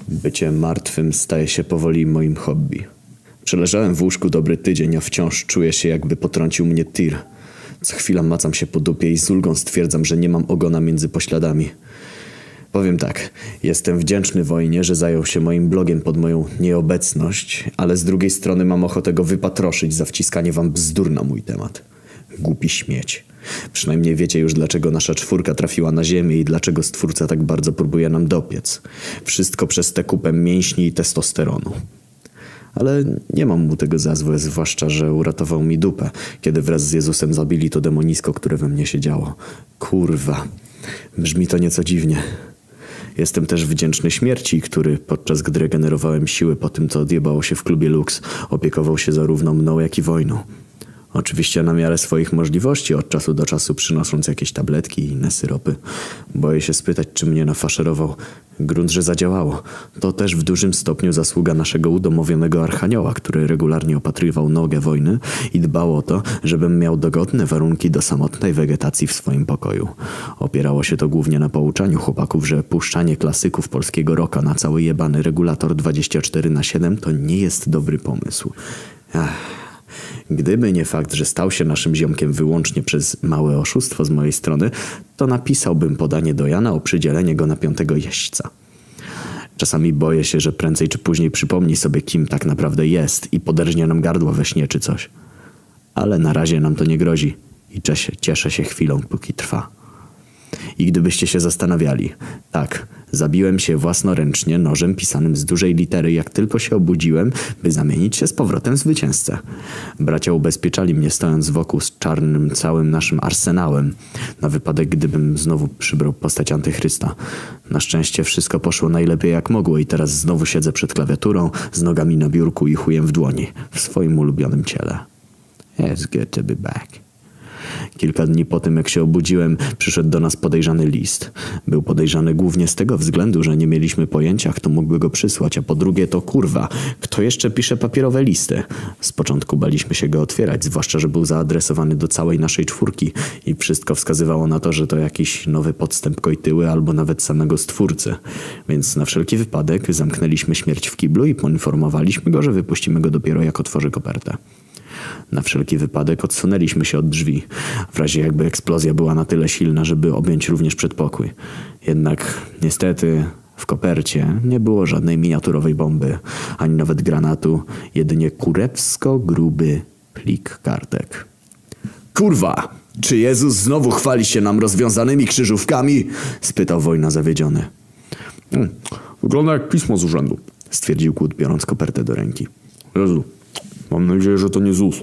Bycie martwym staje się powoli moim hobby. Przeleżałem w łóżku dobry tydzień, a wciąż czuję się, jakby potrącił mnie tir. Co chwila macam się po dupie i z ulgą stwierdzam, że nie mam ogona między pośladami. Powiem tak, jestem wdzięczny wojnie, że zajął się moim blogiem pod moją nieobecność, ale z drugiej strony mam ochotę go wypatroszyć za wciskanie wam bzdur na mój temat. Głupi śmieć. Przynajmniej wiecie już, dlaczego nasza czwórka trafiła na ziemię i dlaczego Stwórca tak bardzo próbuje nam dopiec. Wszystko przez tę kupę mięśni i testosteronu. Ale nie mam mu tego za złe, zwłaszcza, że uratował mi dupę, kiedy wraz z Jezusem zabili to demonisko, które we mnie siedziało. Kurwa, brzmi to nieco dziwnie. Jestem też wdzięczny śmierci, który, podczas gdy regenerowałem siły po tym, co odjebało się w klubie Lux, opiekował się zarówno mną, jak i wojną. Oczywiście na miarę swoich możliwości, od czasu do czasu przynosząc jakieś tabletki i inne syropy. Boję się spytać, czy mnie nafaszerował. Grunt, że zadziałało. To też w dużym stopniu zasługa naszego udomowionego archanioła, który regularnie opatrywał nogę wojny i dbał o to, żebym miał dogodne warunki do samotnej wegetacji w swoim pokoju. Opierało się to głównie na pouczaniu chłopaków, że puszczanie klasyków polskiego rocka na cały jebany regulator 24/7 to nie jest dobry pomysł. Gdyby nie fakt, że stał się naszym ziomkiem wyłącznie przez małe oszustwo z mojej strony, to napisałbym podanie do Jana o przydzielenie go na 5. jeźdźca. Czasami boję się, że prędzej czy później przypomni sobie, kim tak naprawdę jest i poderżnie nam gardło we śnie czy coś. Ale na razie nam to nie grozi i cieszę się chwilą, póki trwa. I gdybyście się zastanawiali, tak, zabiłem się własnoręcznie nożem pisanym z dużej litery, jak tylko się obudziłem, by zamienić się z powrotem w zwycięzcę. Bracia ubezpieczali mnie, stojąc wokół z czarnym całym naszym arsenałem, na wypadek, gdybym znowu przybrał postać Antychrysta. Na szczęście wszystko poszło najlepiej jak mogło i teraz znowu siedzę przed klawiaturą, z nogami na biurku i chujem w dłoni, w swoim ulubionym ciele. It's good to be back. Kilka dni po tym, jak się obudziłem, przyszedł do nas podejrzany list. Był podejrzany głównie z tego względu, że nie mieliśmy pojęcia, kto mógłby go przysłać, a po drugie to kurwa, kto jeszcze pisze papierowe listy? Z początku baliśmy się go otwierać, zwłaszcza, że był zaadresowany do całej naszej czwórki i wszystko wskazywało na to, że to jakiś nowy podstęp Kojtyły albo nawet samego Stwórcy. Więc na wszelki wypadek zamknęliśmy śmierć w kiblu i poinformowaliśmy go, że wypuścimy go dopiero jak otworzy kopertę. Na wszelki wypadek odsunęliśmy się od drzwi, w razie jakby eksplozja była na tyle silna, żeby objąć również przedpokój. Jednak niestety w kopercie nie było żadnej miniaturowej bomby, ani nawet granatu, jedynie kurewsko gruby plik kartek. Kurwa! Czy Jezus znowu chwali się nam rozwiązanymi krzyżówkami? Spytał Wojna zawiedziony. Wygląda jak pismo z urzędu, stwierdził Kłód, biorąc kopertę do ręki. Jezu, mam nadzieję, że to nie ZUS.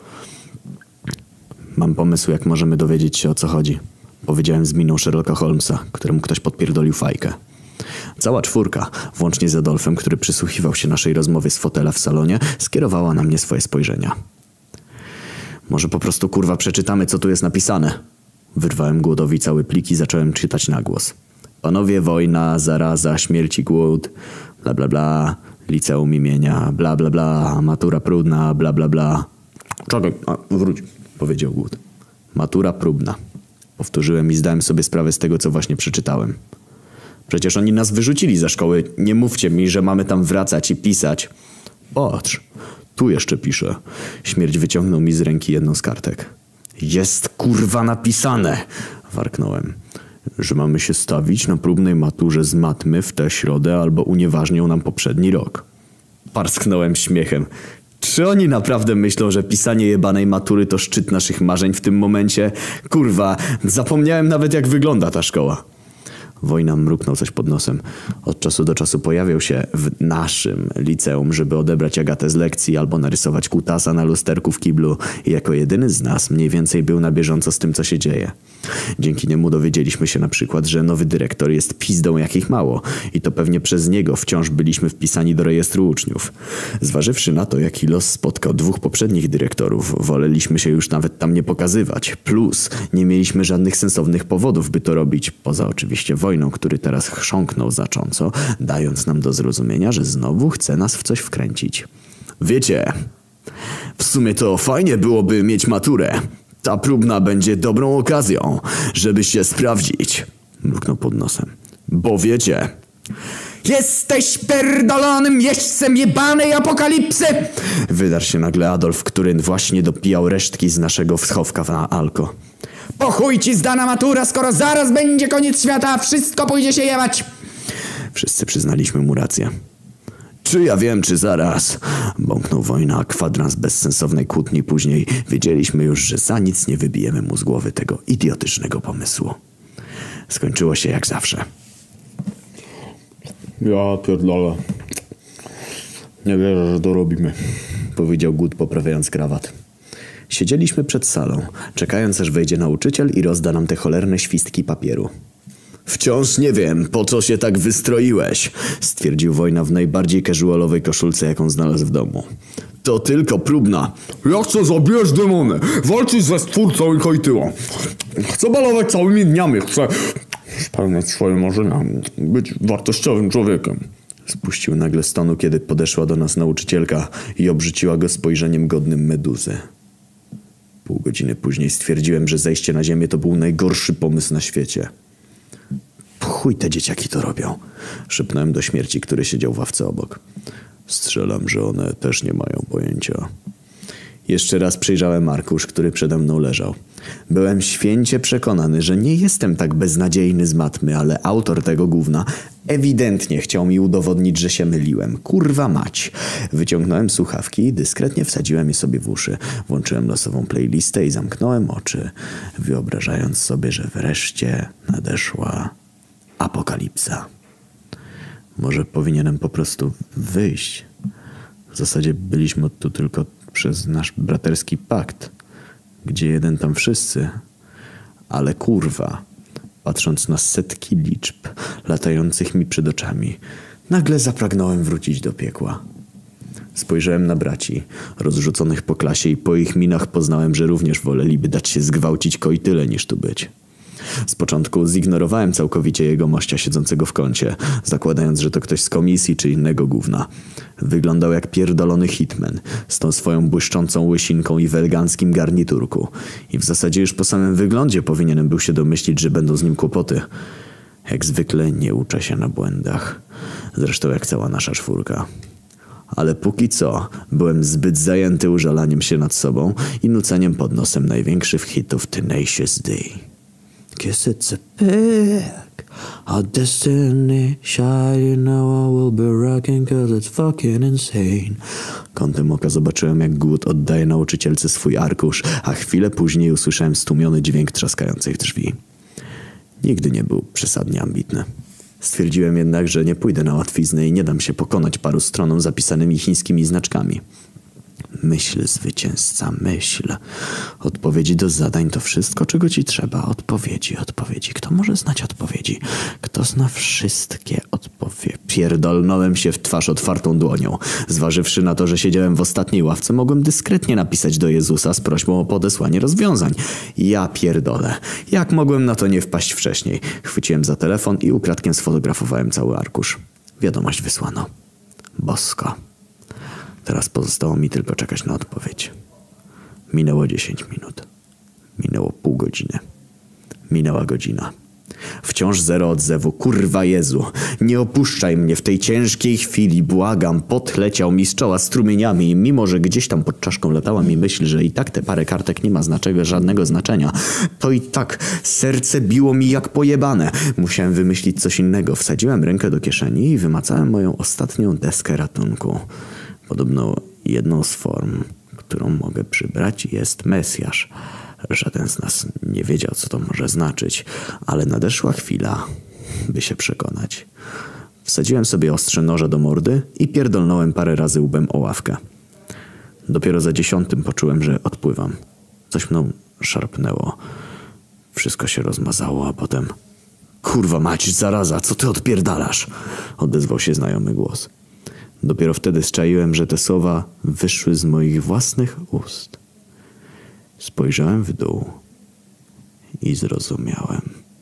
Mam pomysł, jak możemy dowiedzieć się, o co chodzi. Powiedziałem z miną Sherlocka Holmesa, któremu ktoś podpierdolił fajkę. Cała czwórka, włącznie z Adolfem, który przysłuchiwał się naszej rozmowie z fotela w salonie, skierowała na mnie swoje spojrzenia. Może po prostu kurwa przeczytamy, co tu jest napisane. Wyrwałem Głodowi cały plik i zacząłem czytać na głos. Panowie, wojna, zaraza, śmierć i głód, bla bla bla, liceum imienia, bla bla bla, matura próbna, bla bla bla. Czekaj, wróć, powiedział Głód. Matura próbna. Powtórzyłem i zdałem sobie sprawę z tego, co właśnie przeczytałem. Przecież oni nas wyrzucili ze szkoły. Nie mówcie mi, że mamy tam wracać i pisać. Patrz, tu jeszcze piszę. Śmierć wyciągnął mi z ręki jedną z kartek. Jest kurwa napisane, warknąłem, że mamy się stawić na próbnej maturze z matmy w tę środę albo unieważnią nam poprzedni rok. Parsknąłem śmiechem. Czy oni naprawdę myślą, że pisanie jebanej matury to szczyt naszych marzeń w tym momencie? Kurwa, zapomniałem nawet, jak wygląda ta szkoła. Wojna mruknął coś pod nosem. Od czasu do czasu pojawiał się w naszym liceum, żeby odebrać Agatę z lekcji albo narysować kutasa na lusterku w kiblu i jako jedyny z nas mniej więcej był na bieżąco z tym, co się dzieje. Dzięki niemu dowiedzieliśmy się na przykład, że nowy dyrektor jest pizdą jakich mało i to pewnie przez niego wciąż byliśmy wpisani do rejestru uczniów. Zważywszy na to, jaki los spotkał 2 poprzednich dyrektorów, woleliśmy się już nawet tam nie pokazywać. Plus nie mieliśmy żadnych sensownych powodów, by to robić, poza oczywiście Wojną, który teraz chrząknął znacząco, dając nam do zrozumienia, że znowu chce nas w coś wkręcić. Wiecie, w sumie to fajnie byłoby mieć maturę. Ta próbna będzie dobrą okazją, żeby się sprawdzić. Mruknął pod nosem. Bo wiecie, Jesteś pierdolonym jeźdźcem jebanej apokalipsy! Wydarł się nagle Adolf, który właśnie dopijał resztki z naszego schowka na alko. Po chuj ci zdana matura, skoro zaraz będzie koniec świata, a wszystko pójdzie się jebać! Wszyscy przyznaliśmy mu rację. Czy ja wiem, czy zaraz? Bąknął Wojna, a kwadrans bezsensownej kłótni później. Wiedzieliśmy już, że za nic nie wybijemy mu z głowy tego idiotycznego pomysłu. Skończyło się jak zawsze. Ja pierdolę. Nie wierzę, że to robimy. Powiedział Gut, poprawiając krawat. Siedzieliśmy przed salą, czekając aż wejdzie nauczyciel i rozda nam te cholerne świstki papieru. Wciąż nie wiem, po co się tak wystroiłeś, stwierdził Wojna w najbardziej casualowej koszulce, jaką znalazł w domu. To tylko próbna. Ja chcę zabijać demony, walczyć ze Stwórcą i Hojtyłą. Chcę balować całymi dniami, chcę spełniać swoje marzenia, być wartościowym człowiekiem. Spuścił nagle z tonu, kiedy podeszła do nas nauczycielka i obrzuciła go spojrzeniem godnym meduzy. Pół godziny później stwierdziłem, że zejście na ziemię to był najgorszy pomysł na świecie. Chuj te dzieciaki to robią, szepnąłem do Śmierci, który siedział w ławce obok. Strzelam, że one też nie mają pojęcia. Jeszcze raz przyjrzałem arkusz, który przede mną leżał. Byłem święcie przekonany, że nie jestem tak beznadziejny z matmy, ale autor tego gówna ewidentnie chciał mi udowodnić, że się myliłem. Kurwa mać. Wyciągnąłem słuchawki i dyskretnie wsadziłem je sobie w uszy. Włączyłem losową playlistę i zamknąłem oczy, wyobrażając sobie, że wreszcie nadeszła apokalipsa. Może powinienem po prostu wyjść. W zasadzie byliśmy tu tylko przez nasz braterski pakt. Gdzie jeden, tam wszyscy. Ale kurwa, patrząc na setki liczb latających mi przed oczami, nagle zapragnąłem wrócić do piekła. Spojrzałem na braci, rozrzuconych po klasie, i po ich minach poznałem, że również woleliby dać się zgwałcić ko i tyle niż tu być. Z początku zignorowałem całkowicie jego mościa siedzącego w kącie, zakładając, że to ktoś z komisji czy innego gówna. Wyglądał jak pierdolony hitman, z tą swoją błyszczącą łysinką i w eleganckim garniturku. I w zasadzie już po samym wyglądzie powinienem był się domyślić, że będą z nim kłopoty. Jak zwykle nie uczę się na błędach. Zresztą jak cała nasza czwórka. Ale póki co byłem zbyt zajęty użalaniem się nad sobą i nuceniem pod nosem największych hitów Tenacious D. Guess it's a pick, our destiny, shy, you know I will be rocking cause it's fucking insane. Kątem oka zobaczyłem, jak Gut oddaje nauczycielce swój arkusz, a chwilę później usłyszałem stłumiony dźwięk trzaskających drzwi. Nigdy nie był przesadnie ambitny. Stwierdziłem jednak, że nie pójdę na łatwiznę i nie dam się pokonać paru stronom zapisanymi chińskimi znaczkami. Myśl, zwycięzca, myśl. Odpowiedzi do zadań to wszystko, czego ci trzeba. Odpowiedzi. Kto może znać odpowiedzi? Kto zna wszystkie odpowiedzi? Pierdolnąłem się w twarz otwartą dłonią. Zważywszy na to, że siedziałem w ostatniej ławce, mogłem dyskretnie napisać do Jezusa z prośbą o podesłanie rozwiązań. Ja pierdolę. Jak mogłem na to nie wpaść wcześniej? Chwyciłem za telefon i ukradkiem sfotografowałem cały arkusz. Wiadomość wysłano. Bosko. Teraz pozostało mi tylko czekać na odpowiedź. Minęło 10 minut. Minęło pół godziny. Minęła godzina. Wciąż zero odzewu. Kurwa Jezu, nie opuszczaj mnie w tej ciężkiej chwili, błagam. Pot leciał mi z czoła strumieniami i mimo, że gdzieś tam pod czaszką latała mi myśl, że i tak te parę kartek nie ma żadnego znaczenia, to i tak serce biło mi jak pojebane. Musiałem wymyślić coś innego. Wsadziłem rękę do kieszeni i wymacałem moją ostatnią deskę ratunku. Podobno jedną z form, którą mogę przybrać, jest Mesjasz. Żaden z nas nie wiedział, co to może znaczyć, ale nadeszła chwila, by się przekonać. Wsadziłem sobie ostrze noża do mordy i pierdolnąłem parę razy łbem o ławkę. Dopiero za 10 poczułem, że odpływam. Coś mną szarpnęło. Wszystko się rozmazało, a potem... Kurwa mać, zaraza, co ty odpierdalasz? Odezwał się znajomy głos. Dopiero wtedy zczaiłem, że te słowa wyszły z moich własnych ust. Spojrzałem w dół i zrozumiałem.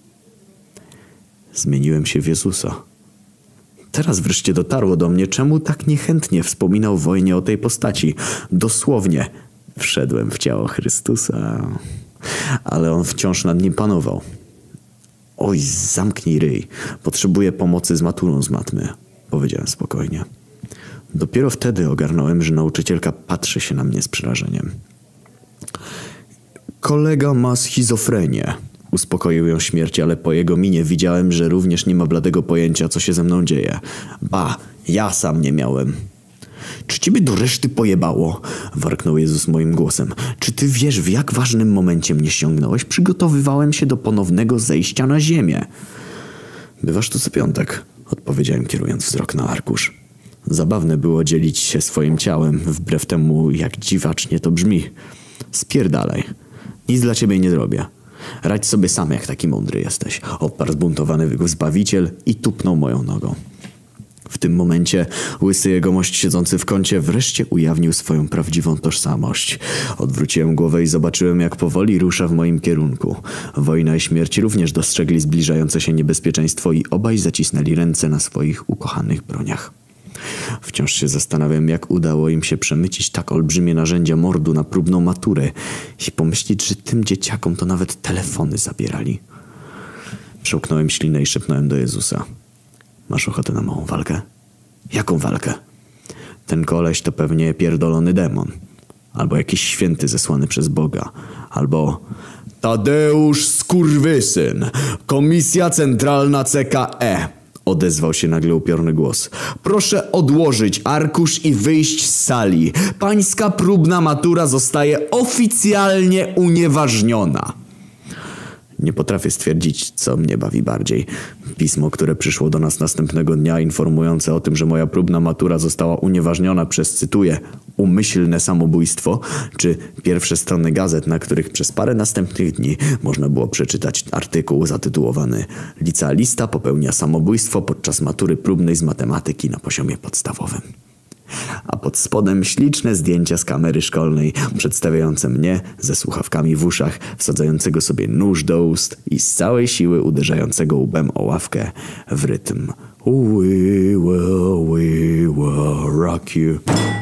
Zmieniłem się w Jezusa. Teraz wreszcie dotarło do mnie, czemu tak niechętnie wspominał Wojnie o tej postaci. Dosłownie wszedłem w ciało Chrystusa, ale on wciąż nad nim panował. Oj, zamknij ryj. Potrzebuję pomocy z maturą z matmy. powiedziałem spokojnie. Dopiero wtedy ogarnąłem, że nauczycielka patrzy się na mnie z przerażeniem. Kolega ma schizofrenię. Uspokoił ją śmierć, ale po jego minie widziałem, że również nie ma bladego pojęcia, co się ze mną dzieje. Ba, ja sam nie miałem. Czy ciebie do reszty pojebało? Warknął Jezus moim głosem. Czy ty wiesz, w jak ważnym momencie mnie ściągnąłeś? Przygotowywałem się do ponownego zejścia na ziemię. Bywasz tu co piątek, odpowiedziałem, kierując wzrok na arkusz. Zabawne było dzielić się swoim ciałem, wbrew temu, jak dziwacznie to brzmi. Spierdalaj. Nic dla ciebie nie zrobię. Radź sobie sam, jak taki mądry jesteś. Oparł zbuntowany Zbawiciel i tupnął moją nogą. W tym momencie łysy jegomość siedzący w kącie wreszcie ujawnił swoją prawdziwą tożsamość. Odwróciłem głowę i zobaczyłem, jak powoli rusza w moim kierunku. Wojna i śmierć również dostrzegli zbliżające się niebezpieczeństwo i obaj zacisnęli ręce na swoich ukochanych broniach. Wciąż się zastanawiam, jak udało im się przemycić tak olbrzymie narzędzia mordu na próbną maturę i pomyśleć, że tym dzieciakom to nawet telefony zabierali. Przełknąłem ślinę i szepnąłem do Jezusa. Masz ochotę na małą walkę? Jaką walkę? Ten koleś to pewnie pierdolony demon. Albo jakiś święty zesłany przez Boga. Albo Tadeusz Skurwysyn. Komisja Centralna CKE. Odezwał się nagle upiorny głos. Proszę odłożyć arkusz i wyjść z sali. Pańska próbna matura zostaje oficjalnie unieważniona. Nie potrafię stwierdzić, co mnie bawi bardziej. Pismo, które przyszło do nas następnego dnia, informujące o tym, że moja próbna matura została unieważniona przez, cytuję, umyślne samobójstwo, czy pierwsze strony gazet, na których przez parę następnych dni można było przeczytać artykuł zatytułowany Licealista popełnia samobójstwo podczas matury próbnej z matematyki na poziomie podstawowym. A pod spodem śliczne zdjęcia z kamery szkolnej przedstawiające mnie ze słuchawkami w uszach, wsadzającego sobie nóż do ust i z całej siły uderzającego łbem o ławkę w rytm We will rock you.